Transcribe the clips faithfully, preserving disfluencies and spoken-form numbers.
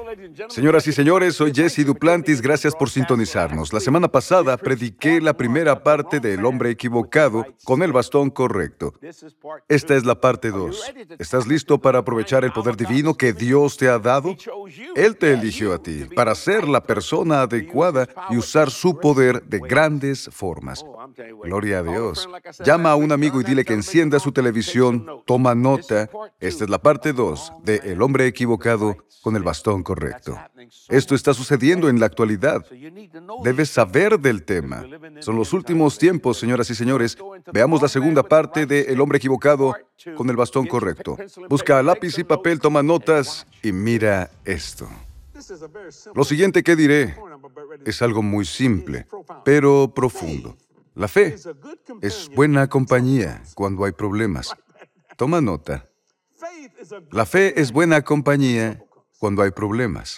Señoras y señores, soy Jesse Duplantis, gracias por sintonizarnos. La semana pasada prediqué la primera parte de El hombre equivocado con el bastón correcto. Esta es la parte dos. ¿Estás listo para aprovechar el poder divino que Dios te ha dado? Él te eligió a ti para ser la persona adecuada y usar su poder de grandes formas. Gloria a Dios. Llama a un amigo y dile que encienda su televisión, toma nota. Esta es la parte dos de El hombre equivocado con el bastón correcto. Esto está sucediendo en la actualidad. Debes saber del tema. Son los últimos tiempos, señoras y señores. Veamos la segunda parte de El hombre equivocado con el bastón correcto. Busca lápiz y papel, toma notas y mira esto. Lo siguiente que diré es algo muy simple, pero profundo. La fe es buena compañía cuando hay problemas. Toma nota. La fe es buena compañía cuando hay problemas.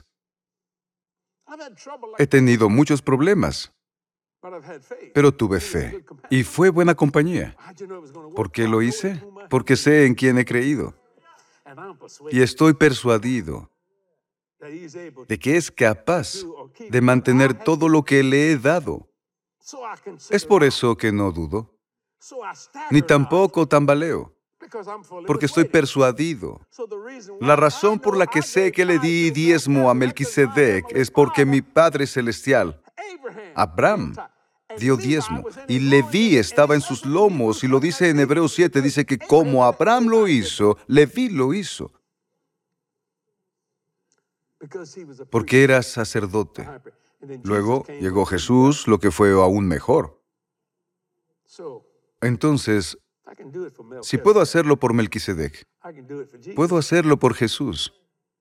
He tenido muchos problemas, pero tuve fe y fue buena compañía. ¿Por qué lo hice? Porque sé en quién he creído y estoy persuadido de que es capaz de mantener todo lo que le he dado. Es por eso que no dudo, ni tampoco tambaleo, porque estoy persuadido. La razón por la que sé que le di diezmo a Melquisedec es porque mi Padre Celestial, Abraham, dio diezmo, y Leví estaba en sus lomos, y lo dice en Hebreos siete, dice que como Abraham lo hizo, Leví lo hizo, porque era sacerdote. Luego llegó Jesús, lo que fue aún mejor. Entonces, si puedo hacerlo por Melquisedec, puedo hacerlo por Jesús.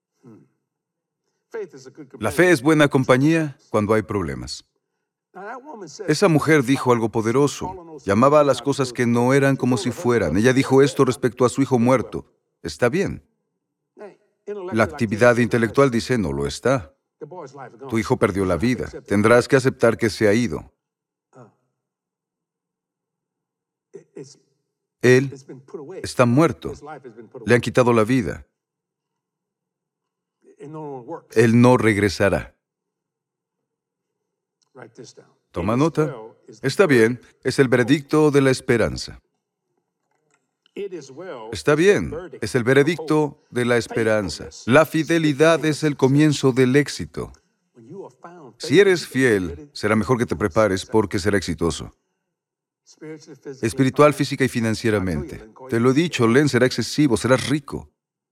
La fe es buena compañía cuando hay problemas. Esa mujer dijo algo poderoso. Llamaba a las cosas que no eran como si fueran. Ella dijo esto respecto a su hijo muerto. Está bien. La actividad intelectual dice, no lo está. Tu hijo perdió la vida. Tendrás que aceptar que se ha ido. Él está muerto. Le han quitado la vida. Él no regresará. Toma nota. Está bien, es el veredicto de la esperanza. Está bien, es el veredicto de la esperanza. La fidelidad es el comienzo del éxito. Si eres fiel, será mejor que te prepares porque será exitoso. Espiritual, física y financieramente. Te lo he dicho, Len, será excesivo, serás rico.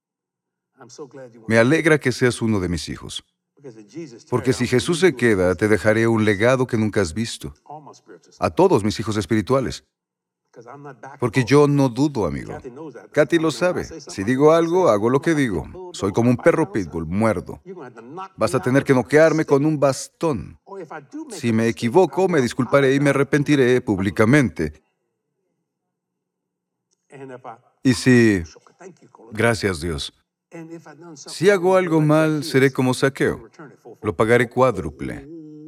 Me alegra que seas uno de mis hijos. Porque si Jesús se queda, te dejaré un legado que nunca has visto. A todos mis hijos espirituales. Porque yo no dudo, amigo. Katy lo sabe. Si digo algo, hago lo que digo. Soy como un perro pitbull, muerdo. Vas a tener que noquearme con un bastón. Si me equivoco, me disculparé y me arrepentiré públicamente. Y si... Gracias, Dios. Si hago algo mal, seré como Zaqueo. Lo pagaré cuádruple.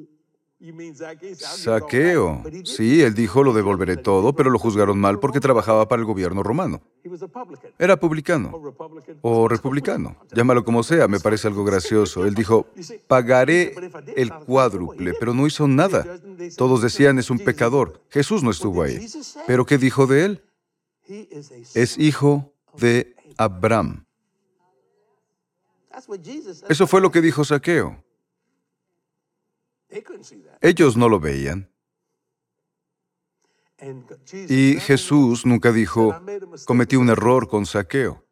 Zaqueo. Sí, él dijo, lo devolveré todo, pero lo juzgaron mal porque trabajaba para el gobierno romano. Era publicano. O republicano. Llámalo como sea, me parece algo gracioso. Él dijo, pagaré el cuádruple, pero no hizo nada. Todos decían, es un pecador. Jesús no estuvo ahí. ¿Pero qué dijo de él? Es hijo de Abraham. Eso fue lo que dijo Zaqueo. Ellos no lo veían. Y Jesús nunca dijo, cometí un error con Zaqueo.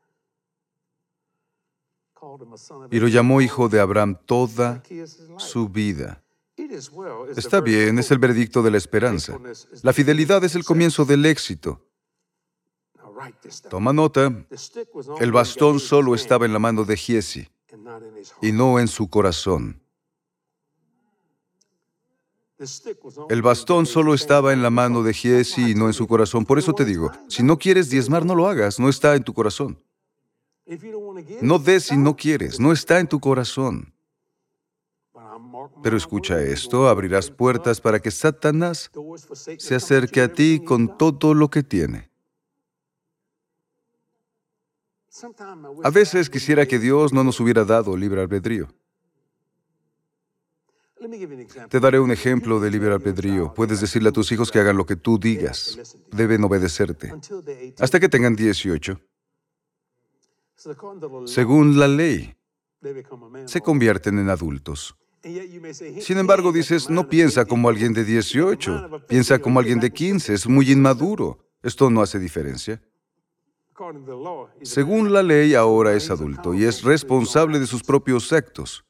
Y lo llamó hijo de Abraham toda su vida. Está bien, es el veredicto de la esperanza. La fidelidad es el comienzo del éxito. Toma nota, el bastón solo estaba en la mano de Giesi y no en su corazón. El bastón solo estaba en la mano de Giesi y no en su corazón. Por eso te digo, si no quieres diezmar, no lo hagas, no está en tu corazón. No des si no quieres, no está en tu corazón. Pero escucha esto, abrirás puertas para que Satanás se acerque a ti con todo lo que tiene. A veces quisiera que Dios no nos hubiera dado libre albedrío. Te daré un ejemplo de libre albedrío. Puedes decirle a tus hijos que hagan lo que tú digas. Deben obedecerte. Hasta que tengan dieciocho. Según la ley, se convierten en adultos. Sin embargo, dices, no piensa como alguien de dieciocho, piensa como alguien de quince, es muy inmaduro. Esto no hace diferencia. Según la ley, ahora es adulto y es responsable de sus propios actos.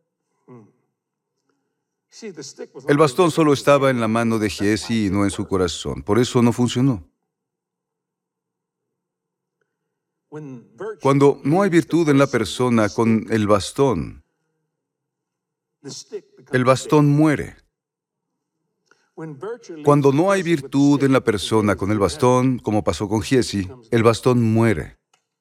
El bastón solo estaba en la mano de Jesse y no en su corazón. Por eso no funcionó. Cuando no hay virtud en la persona con el bastón, el bastón muere. Cuando no hay virtud en la persona con el bastón, como pasó con Jesse, el bastón muere.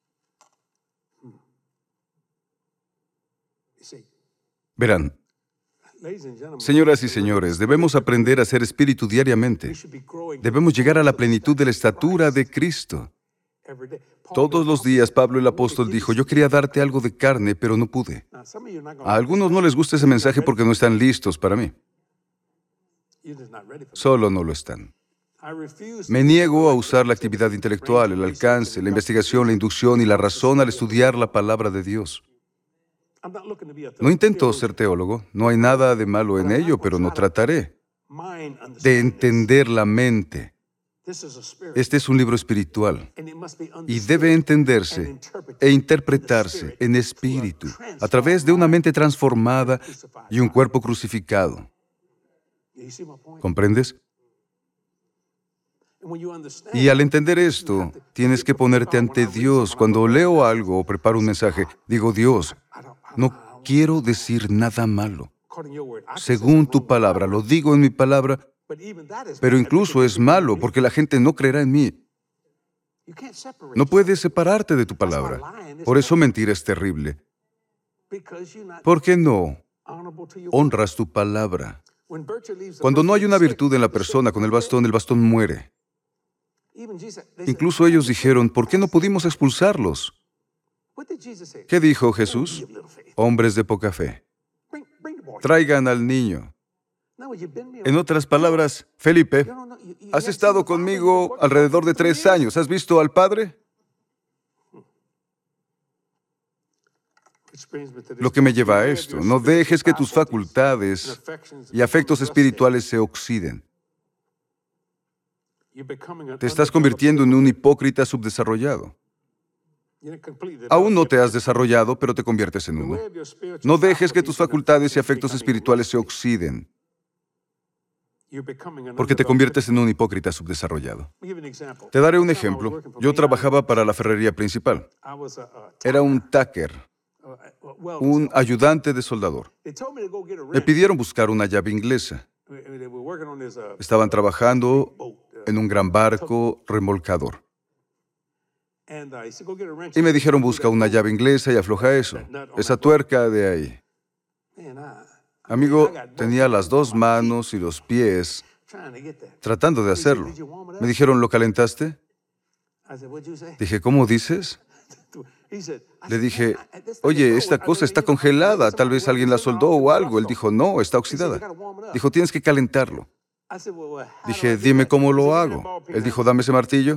Verán, señoras y señores, debemos aprender a ser espíritu diariamente. Debemos llegar a la plenitud de la estatura de Cristo. Todos los días Pablo el apóstol dijo, yo quería darte algo de carne, pero no pude. A algunos no les gusta ese mensaje porque no están listos para mí. Solo no lo están. Me niego a usar la actividad intelectual, el alcance, la investigación, la inducción y la razón al estudiar la palabra de Dios. No intento ser teólogo, no hay nada de malo en ello, pero no trataré de entender la mente. Este es un libro espiritual y debe entenderse e interpretarse en espíritu, a través de una mente transformada y un cuerpo crucificado. ¿Comprendes? Y al entender esto, tienes que ponerte ante Dios. Cuando leo algo o preparo un mensaje, digo, Dios, no quiero decir nada malo. Según tu palabra, lo digo en mi palabra, pero incluso es malo porque la gente no creerá en mí. No puedes separarte de tu palabra. Por eso mentir es terrible. ¿Por qué no honras tu palabra? Cuando no hay una virtud en la persona con el bastón, el bastón muere. Incluso ellos dijeron, ¿por qué no pudimos expulsarlos? ¿Qué dijo Jesús? Hombres de poca fe. Traigan al niño. En otras palabras, Felipe, has estado conmigo alrededor de tres años. ¿Has visto al Padre? Lo que me lleva a esto, no dejes que tus facultades y afectos espirituales se oxiden. Te estás convirtiendo en un hipócrita subdesarrollado. Aún no te has desarrollado, pero te conviertes en uno. No dejes que tus facultades y afectos espirituales se oxiden, porque te conviertes en un hipócrita subdesarrollado. Te daré un ejemplo. Yo trabajaba para la ferrería principal. Era un tacker, un ayudante de soldador. Me pidieron buscar una llave inglesa. Estaban trabajando en un gran barco remolcador. Y me dijeron, busca una llave inglesa y afloja eso, esa tuerca de ahí. Amigo, tenía las dos manos y los pies tratando de hacerlo. Me dijeron, ¿lo calentaste? Dije, ¿cómo dices? Le dije, oye, esta cosa está congelada, tal vez alguien la soldó o algo. Él dijo, no, está oxidada. Dijo, tienes que calentarlo. Dije, dime cómo lo hago. Él dijo, dame ese martillo.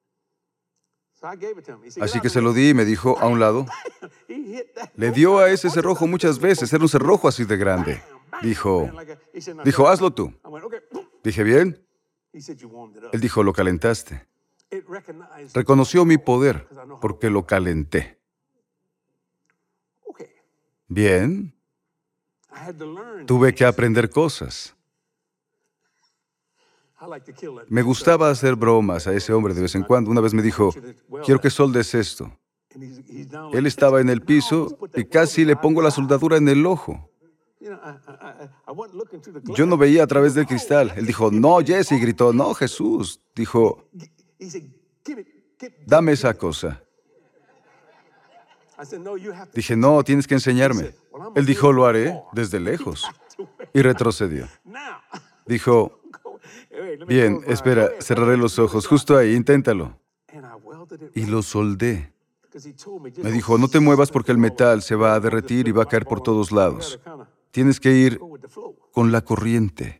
Así que se lo di y me dijo, a un lado. Le dio a ese cerrojo muchas veces, era un cerrojo así de grande. Dijo, dijo, hazlo tú. Dije, bien. Él dijo, lo calentaste. Reconoció mi poder porque lo calenté. Bien. Tuve que aprender cosas. Me gustaba hacer bromas a ese hombre de vez en cuando. Una vez me dijo, quiero que soldes esto. Él estaba en el piso y casi le pongo la soldadura en el ojo. Yo no veía a través del cristal. Él dijo, no, Jesse, gritó, no, Jesús. Dijo, dame esa cosa. Dije, no, tienes que enseñarme. Él dijo, lo haré desde lejos. Y retrocedió. Dijo, bien, espera, cerraré los ojos. Justo ahí, inténtalo. Y lo soldé. Me dijo, no te muevas porque el metal se va a derretir y va a caer por todos lados. Tienes que ir con la corriente.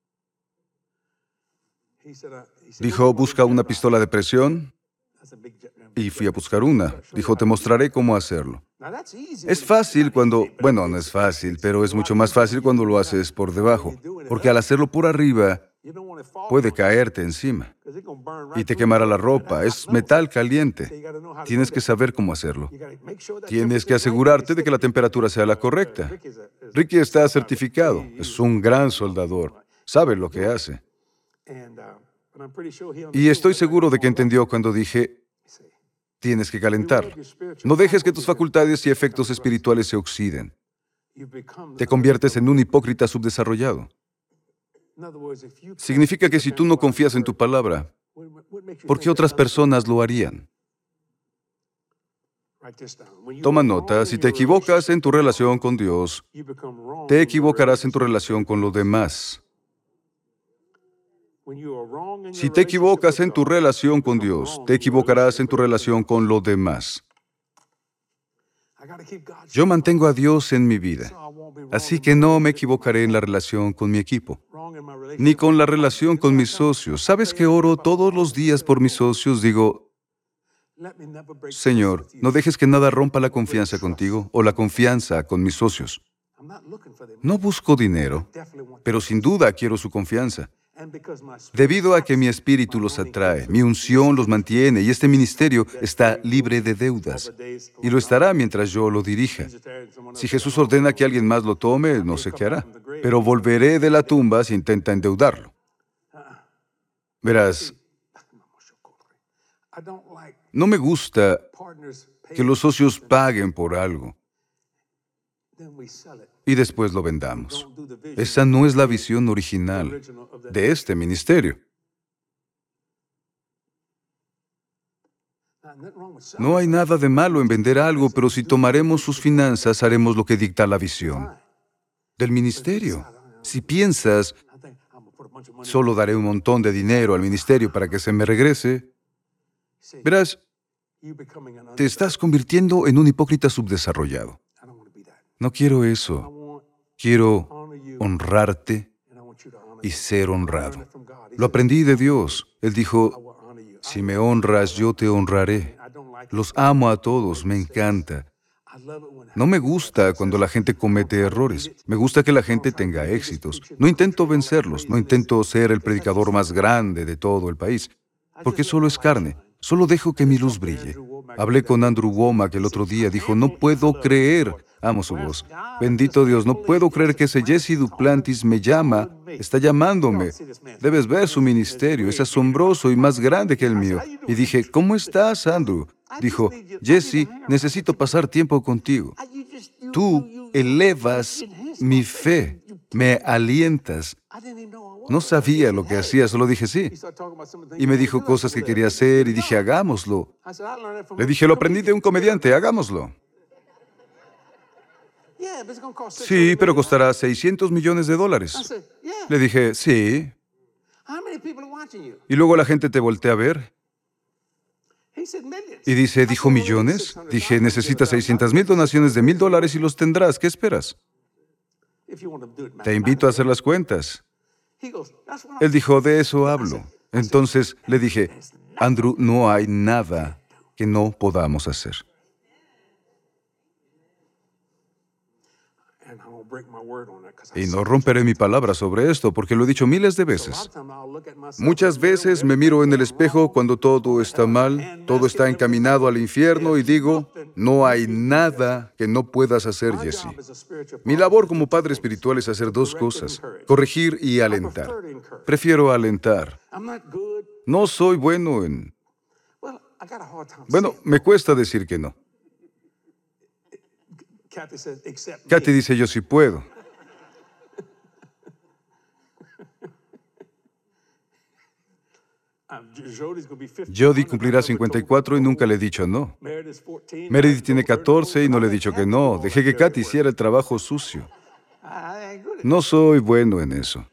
Dijo, busca una pistola de presión. Y fui a buscar una. Dijo, te mostraré cómo hacerlo. Es fácil cuando, bueno, no es fácil, pero es mucho más fácil cuando lo haces por debajo, porque al hacerlo por arriba, puede caerte encima y te quemará la ropa. Es metal caliente. Tienes que saber cómo hacerlo. Tienes que asegurarte de que la temperatura sea la correcta. Ricky está certificado. Es un gran soldador. Sabe lo que hace. Y estoy seguro de que entendió cuando dije, tienes que calentar. No dejes que tus facultades y efectos espirituales se oxiden. Te conviertes en un hipócrita subdesarrollado. Significa que si tú no confías en tu palabra, ¿por qué otras personas lo harían? Toma nota, si te equivocas en tu relación con Dios, te equivocarás en tu relación con los demás. Si te equivocas en tu relación con Dios, te equivocarás en tu relación con los demás. Yo mantengo a Dios en mi vida, así que no me equivocaré en la relación con mi equipo, ni con la relación con mis socios. ¿Sabes que oro todos los días por mis socios? Digo, Señor, no dejes que nada rompa la confianza contigo o la confianza con mis socios. No busco dinero, pero sin duda quiero su confianza. Debido a que mi espíritu los atrae, mi unción los mantiene y este ministerio está libre de deudas. Y lo estará mientras yo lo dirija. Si Jesús ordena que alguien más lo tome, no sé qué hará. Pero volveré de la tumba si intenta endeudarlo. Verás, no me gusta que los socios paguen por algo y después lo vendamos. Esa no es la visión original de este ministerio. No hay nada de malo en vender algo, pero si tomaremos sus finanzas, haremos lo que dicta la visión del ministerio. Si piensas, solo daré un montón de dinero al ministerio para que se me regrese, verás, te estás convirtiendo en un hipócrita subdesarrollado. No quiero eso. Quiero honrarte y ser honrado. Lo aprendí de Dios. Él dijo, si me honras, yo te honraré. Los amo a todos, me encanta. No me gusta cuando la gente comete errores. Me gusta que la gente tenga éxitos. No intento vencerlos. No intento ser el predicador más grande de todo el país, porque solo es carne. Solo dejo que mi luz brille. Hablé con Andrew Womack el otro día. Dijo, no puedo creer. Amo su voz. Bendito Dios, no puedo creer que ese Jesse Duplantis me llama, está llamándome. Debes ver su ministerio, es asombroso y más grande que el mío. Y dije, ¿cómo estás, Andrew? Dijo, Jesse, necesito pasar tiempo contigo. Tú elevas mi fe, me alientas. No sabía lo que hacía, solo dije sí. Y me dijo cosas que quería hacer y dije, hagámoslo. Le dije, lo aprendí de un comediante, hagámoslo. Sí, pero costará seiscientos millones de dólares. Le dije, sí. Y luego la gente te voltea a ver. Y dice, ¿dijo millones? Dije, necesitas seiscientas mil donaciones de mil dólares y los tendrás. ¿Qué esperas? Te invito a hacer las cuentas. Él dijo, de eso hablo. Entonces le dije, Andrew, no hay nada que no podamos hacer. Y no romperé mi palabra sobre esto, porque lo he dicho miles de veces. Muchas veces me miro en el espejo cuando todo está mal, todo está encaminado al infierno y digo, no hay nada que no puedas hacer, Jesse. Mi labor como padre espiritual es hacer dos cosas, corregir y alentar. Prefiero alentar. No soy bueno en... Bueno, me cuesta decir que no. Kathy dice, yo sí puedo. Jody cumplirá cincuenta y cuatro y nunca le he dicho no. Meredith tiene catorce y no le he dicho que no. Dejé que Kathy hiciera el trabajo sucio. No soy bueno en eso.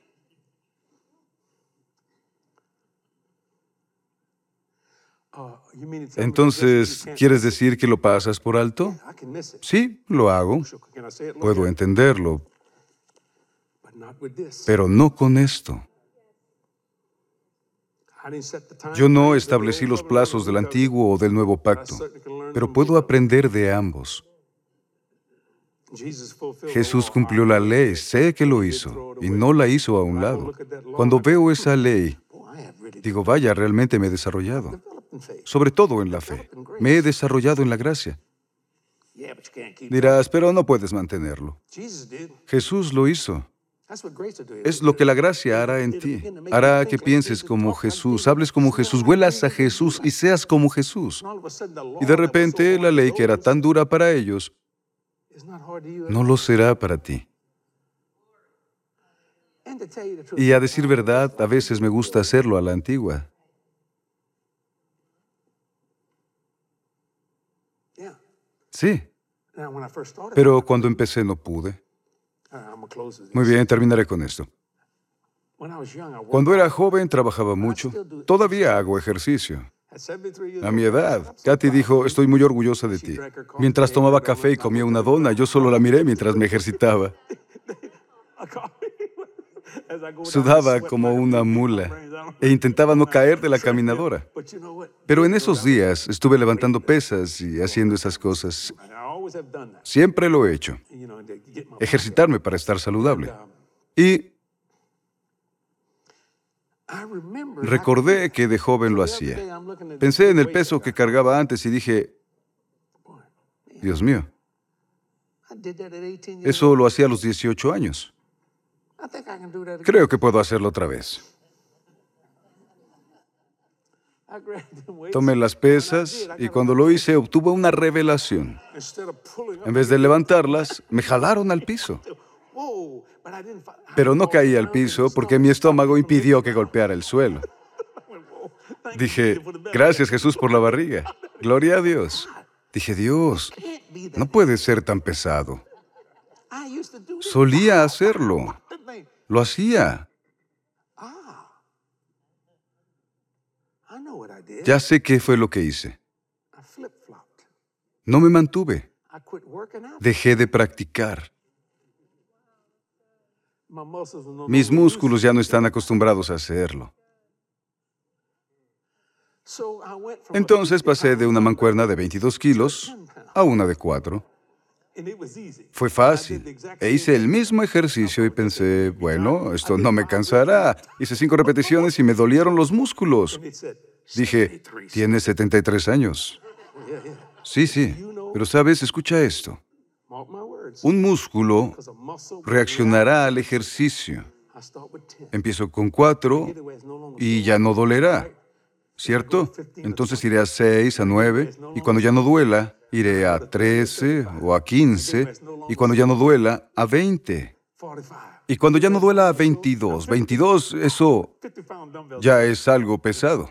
Entonces, ¿quieres decir que lo pasas por alto? Sí, lo hago. Puedo entenderlo, pero no con esto. Yo no establecí los plazos del antiguo o del nuevo pacto, pero puedo aprender de ambos. Jesús cumplió la ley, sé que lo hizo, y no la hizo a un lado. Cuando veo esa ley, digo, vaya, realmente me he desarrollado. Sobre todo en la fe. Me he desarrollado en la gracia. Dirás, pero no puedes mantenerlo. Jesús lo hizo. Es lo que la gracia hará en ti. Hará que pienses como Jesús, hables como Jesús, huelas a Jesús y seas como Jesús. Y de repente, la ley que era tan dura para ellos, no lo será para ti. Y a decir verdad, a veces me gusta hacerlo a la antigua. Sí. Pero cuando empecé no pude. Muy bien, terminaré con esto. Cuando era joven trabajaba mucho. Todavía hago ejercicio. A mi edad, Katy dijo, estoy muy orgullosa de ti. Mientras tomaba café y comía una dona, yo solo la miré mientras me ejercitaba. Sudaba como una mula e intentaba no caer de la caminadora. Pero en esos días estuve levantando pesas y haciendo esas cosas. Siempre lo he hecho. Ejercitarme para estar saludable. Y recordé que de joven lo hacía. Pensé en el peso que cargaba antes y dije, Dios mío, eso lo hacía a los dieciocho años. Creo que puedo hacerlo otra vez. Tomé las pesas y cuando lo hice obtuve una revelación. En vez de levantarlas, me jalaron al piso. Pero no caí al piso porque mi estómago impidió que golpeara el suelo. Dije, gracias Jesús por la barriga. Gloria a Dios. Dije, Dios, no puede ser tan pesado. Solía hacerlo. Lo hacía. Ya sé qué fue lo que hice. No me mantuve. Dejé de practicar. Mis músculos ya no están acostumbrados a hacerlo. Entonces pasé de una mancuerna de veintidós kilos a una de cuatro. Fue fácil. E hice el mismo ejercicio y pensé, bueno, esto no me cansará. Hice cinco repeticiones y me dolieron los músculos. Dije, tienes setenta y tres años. Sí, sí. Pero sabes, escucha esto. Un músculo reaccionará al ejercicio. Empiezo con cuatro y ya no dolerá. ¿Cierto? Entonces iré a seis, a nueve, y cuando ya no duela, iré a trece o a quince, y cuando ya no duela, a veinte. Y cuando ya no duela, a veintidós. veintidós, eso ya es algo pesado.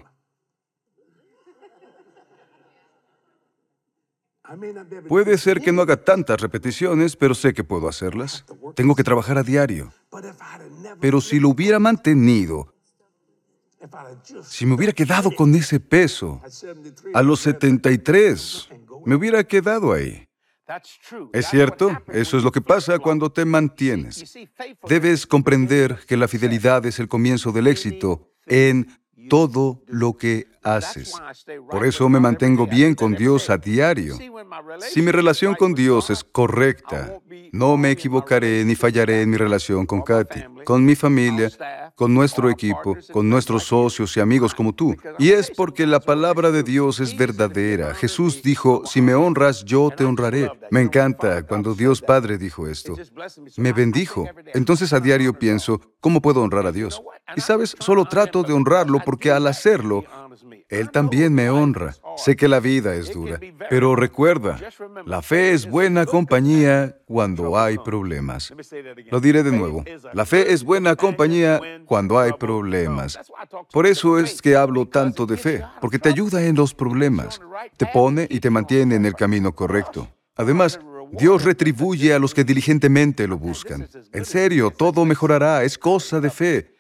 Puede ser que no haga tantas repeticiones, pero sé que puedo hacerlas. Tengo que trabajar a diario. Pero si lo hubiera mantenido, si me hubiera quedado con ese peso, a los setenta y tres, me hubiera quedado ahí. ¿Es cierto? Eso es lo que pasa cuando te mantienes. Debes comprender que la fidelidad es el comienzo del éxito en todo lo que haces. Por eso me mantengo bien con Dios a diario. Si mi relación con Dios es correcta, no me equivocaré ni fallaré en mi relación con Katy, con mi familia, con nuestro equipo, con nuestros socios y amigos como tú. Y es porque la palabra de Dios es verdadera. Jesús dijo, si me honras, yo te honraré. Me encanta cuando Dios Padre dijo esto. Me bendijo. Entonces a diario pienso, ¿cómo puedo honrar a Dios? Y sabes, solo trato de honrarlo porque al hacerlo, Él también me honra. Sé que la vida es dura, pero recuerda, la fe es buena compañía cuando hay problemas. Lo diré de nuevo. La fe es buena compañía cuando hay problemas. Por eso es que hablo tanto de fe, porque te ayuda en los problemas. Te pone y te mantiene en el camino correcto. Además, Dios retribuye a los que diligentemente lo buscan. En serio, todo mejorará, es cosa de fe.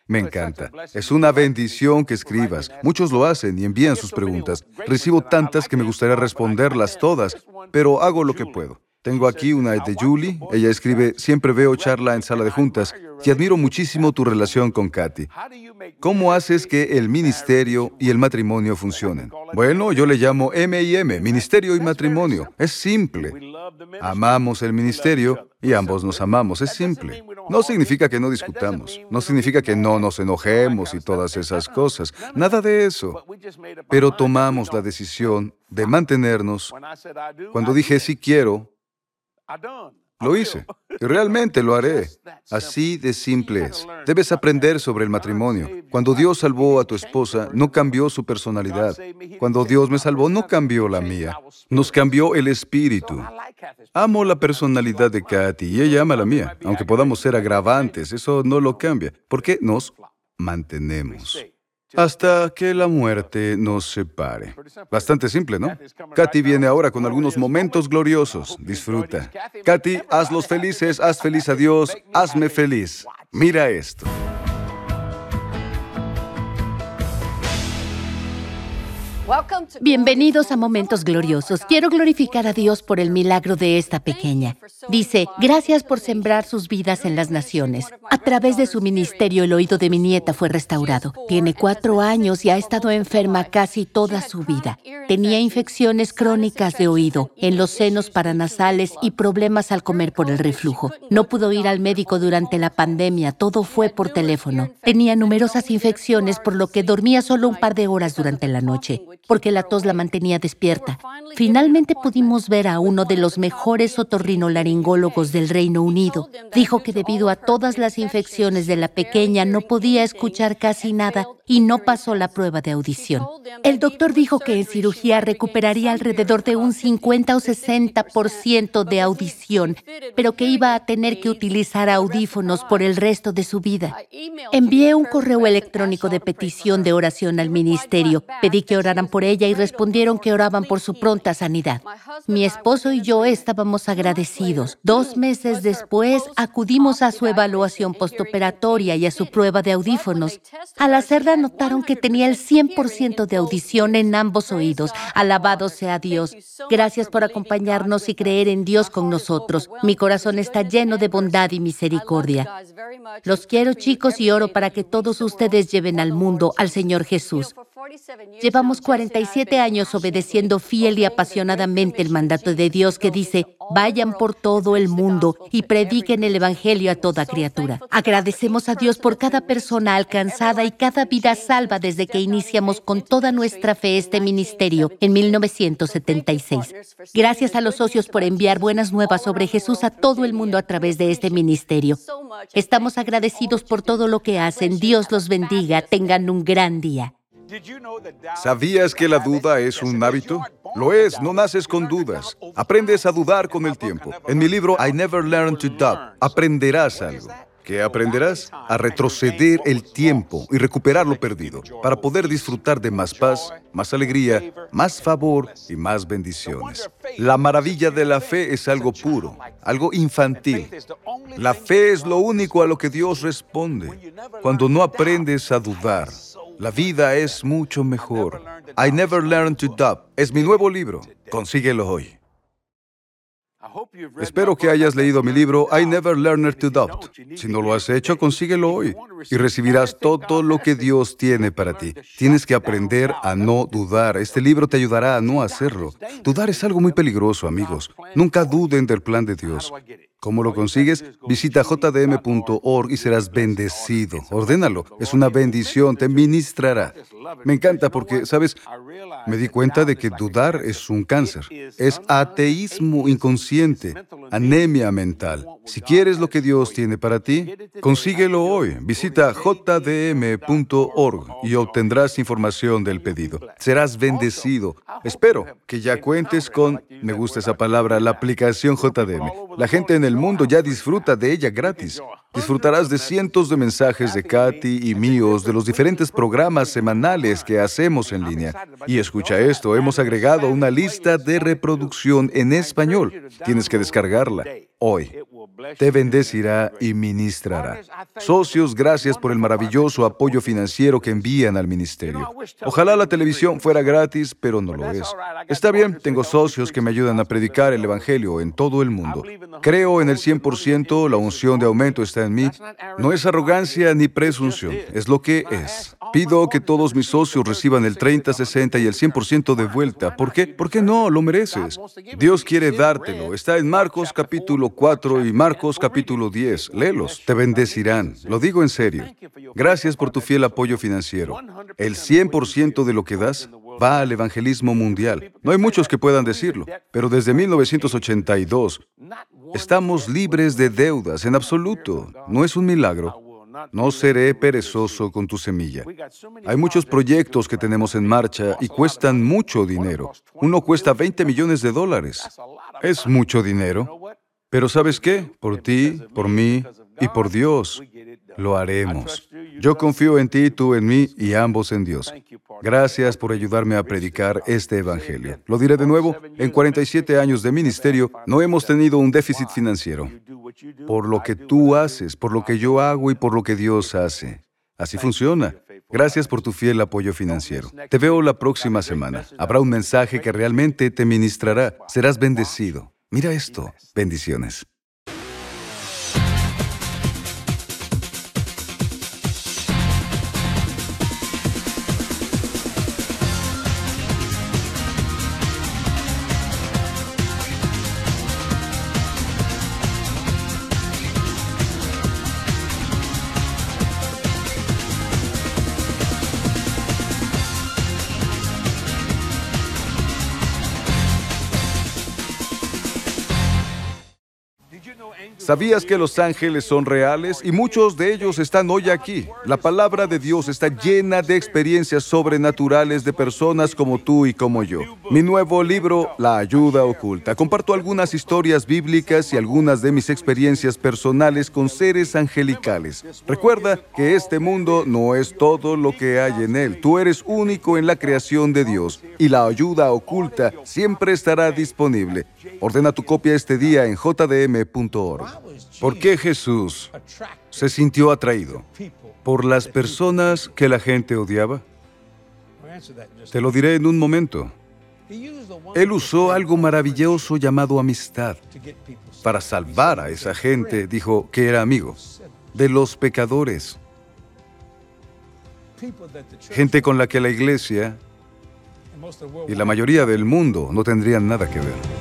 Me encanta. Es una bendición que escribas. Muchos lo hacen y envían sus preguntas. Recibo tantas que me gustaría responderlas todas, pero hago lo que puedo. Tengo aquí una de Julie. Ella escribe, siempre veo charla en sala de juntas y admiro muchísimo tu relación con Kathy. ¿Cómo haces que el ministerio y el matrimonio funcionen? Bueno, yo le llamo M y M, ministerio y matrimonio. Es simple. Amamos el ministerio y ambos nos amamos. Es simple. No significa que no discutamos. No significa que no nos enojemos y todas esas cosas. Nada de eso. Pero tomamos la decisión de mantenernos. Cuando dije sí quiero, lo hice. Y realmente lo haré. Así de simple es. Debes aprender sobre el matrimonio. Cuando Dios salvó a tu esposa, no cambió su personalidad. Cuando Dios me salvó, no cambió la mía. Nos cambió el espíritu. Amo la personalidad de Kathy y ella ama la mía. Aunque podamos ser agravantes, eso no lo cambia. Porque nos mantenemos hasta que la muerte nos separe. Bastante simple, ¿no? Kathy viene ahora con algunos momentos gloriosos. Disfruta. Kathy, hazlos felices, haz feliz a Dios, hazme feliz. Mira esto. Bienvenidos a Momentos Gloriosos. Quiero glorificar a Dios por el milagro de esta pequeña. Dice, gracias por sembrar sus vidas en las naciones. A través de su ministerio, el oído de mi nieta fue restaurado. Tiene cuatro años y ha estado enferma casi toda su vida. Tenía infecciones crónicas de oído, en los senos paranasales y problemas al comer por el reflujo. No pudo ir al médico durante la pandemia, todo fue por teléfono. Tenía numerosas infecciones, por lo que dormía solo un par de horas durante la noche, porque la tos la mantenía despierta. Finalmente pudimos ver a uno de los mejores otorrinolaringólogos del Reino Unido. Dijo que debido a todas las infecciones de la pequeña no podía escuchar casi nada y no pasó la prueba de audición. El doctor dijo que en cirugía recuperaría alrededor de un cincuenta o sesenta por ciento de audición, pero que iba a tener que utilizar audífonos por el resto de su vida. Envié un correo electrónico de petición de oración al ministerio. Pedí que oraran por ella y respondieron que oraban por su pronta sanidad. Mi esposo y yo estábamos agradecidos. Dos meses después, acudimos a su evaluación postoperatoria y a su prueba de audífonos. Al hacerla, notaron que tenía el cien por ciento de audición en ambos oídos. Alabado sea Dios. Gracias por acompañarnos y creer en Dios con nosotros. Mi corazón está lleno de bondad y misericordia. Los quiero, chicos, y oro para que todos ustedes lleven al mundo al Señor Jesús. Llevamos cuarenta y siete años obedeciendo fiel y apasionadamente el mandato de Dios que dice, vayan por todo el mundo y prediquen el Evangelio a toda criatura. Agradecemos a Dios por cada persona alcanzada y cada vida salva desde que iniciamos con toda nuestra fe este ministerio en mil novecientos setenta y seis. Gracias a los socios por enviar buenas nuevas sobre Jesús a todo el mundo a través de este ministerio. Estamos agradecidos por todo lo que hacen. Dios los bendiga. Tengan un gran día. ¿Sabías que la duda es un hábito? Lo es, no naces con dudas. Aprendes a dudar con el tiempo. En mi libro, I Never Learned to Doubt, aprenderás algo. ¿Qué aprenderás? A retroceder el tiempo y recuperar lo perdido, para poder disfrutar de más paz, más alegría, más favor y más bendiciones. La maravilla de la fe es algo puro, algo infantil. La fe es lo único a lo que Dios responde. Cuando no aprendes a dudar, la vida es mucho mejor. I Never Learned to Doubt es mi nuevo libro. Consíguelo hoy. Espero que hayas leído mi libro I Never Learned to Doubt. Si no lo has hecho, consíguelo hoy y recibirás todo lo que Dios tiene para ti. Tienes que aprender a no dudar. Este libro te ayudará a no hacerlo. Dudar es algo muy peligroso, amigos. Nunca duden del plan de Dios. ¿Cómo lo consigues? Visita j d m punto org y serás bendecido. Ordénalo. Es una bendición. Te ministrará. Me encanta porque, ¿sabes? Me di cuenta de que dudar es un cáncer. Es ateísmo inconsciente, anemia mental. Si quieres lo que Dios tiene para ti, consíguelo hoy. Visita j d m punto org y obtendrás información del pedido. Serás bendecido. Espero que ya cuentes con, me gusta esa palabra, la aplicación J D M. La gente en el mundo ya disfruta de ella gratis. Disfrutarás de cientos de mensajes de Kathy y míos de los diferentes programas semanales que hacemos en línea. Y escucha esto, hemos agregado una lista de reproducción en español. Tienes que descargarla hoy. te bendecirá y ministrará. Socios, gracias por el maravilloso apoyo financiero que envían al ministerio. Ojalá la televisión fuera gratis, pero no lo es. Está bien, tengo socios que me ayudan a predicar el Evangelio en todo el mundo. Creo en el cien por ciento, la unción de aumento está en mí. No es arrogancia ni presunción, es lo que es. Pido que todos mis socios reciban el treinta, sesenta y el cien por ciento de vuelta. ¿Por qué? Porque no, lo mereces. Dios quiere dártelo. Está en Marcos capítulo cuatro y Marcos capítulo diez. Léelos. Te bendecirán. Lo digo en serio. Gracias por tu fiel apoyo financiero. El cien por ciento de lo que das va al evangelismo mundial. No hay muchos que puedan decirlo, pero desde mil novecientos ochenta y dos estamos libres de deudas en absoluto. ¿No es un milagro? No seré perezoso con tu semilla. Hay muchos proyectos que tenemos en marcha y cuestan mucho dinero. Uno cuesta veinte millones de dólares. Es mucho dinero. Pero ¿sabes qué? Por ti, por mí y por Dios, lo haremos. Yo confío en ti, tú en mí y ambos en Dios. Gracias por ayudarme a predicar este evangelio. Lo diré de nuevo, en cuarenta y siete años de ministerio no hemos tenido un déficit financiero. Por lo que tú haces, por lo que yo hago y por lo que Dios hace. Así funciona. Gracias por tu fiel apoyo financiero. Te veo la próxima semana. Habrá un mensaje que realmente te ministrará. Serás bendecido. Mira esto. Bendiciones. ¿Sabías que los ángeles son reales? Y muchos de ellos están hoy aquí. La palabra de Dios está llena de experiencias sobrenaturales de personas como tú y como yo. Mi nuevo libro, La Ayuda Oculta. Comparto algunas historias bíblicas y algunas de mis experiencias personales con seres angelicales. Recuerda que este mundo no es todo lo que hay en él. Tú eres único en la creación de Dios y la ayuda oculta siempre estará disponible. Ordena tu copia este día en j d m punto org. ¿Por qué Jesús se sintió atraído? ¿Por las personas que la gente odiaba? Te lo diré en un momento. Él usó algo maravilloso llamado amistad. Para salvar a esa gente, dijo que era amigo de los pecadores. Gente con la que la iglesia y la mayoría del mundo no tendrían nada que ver.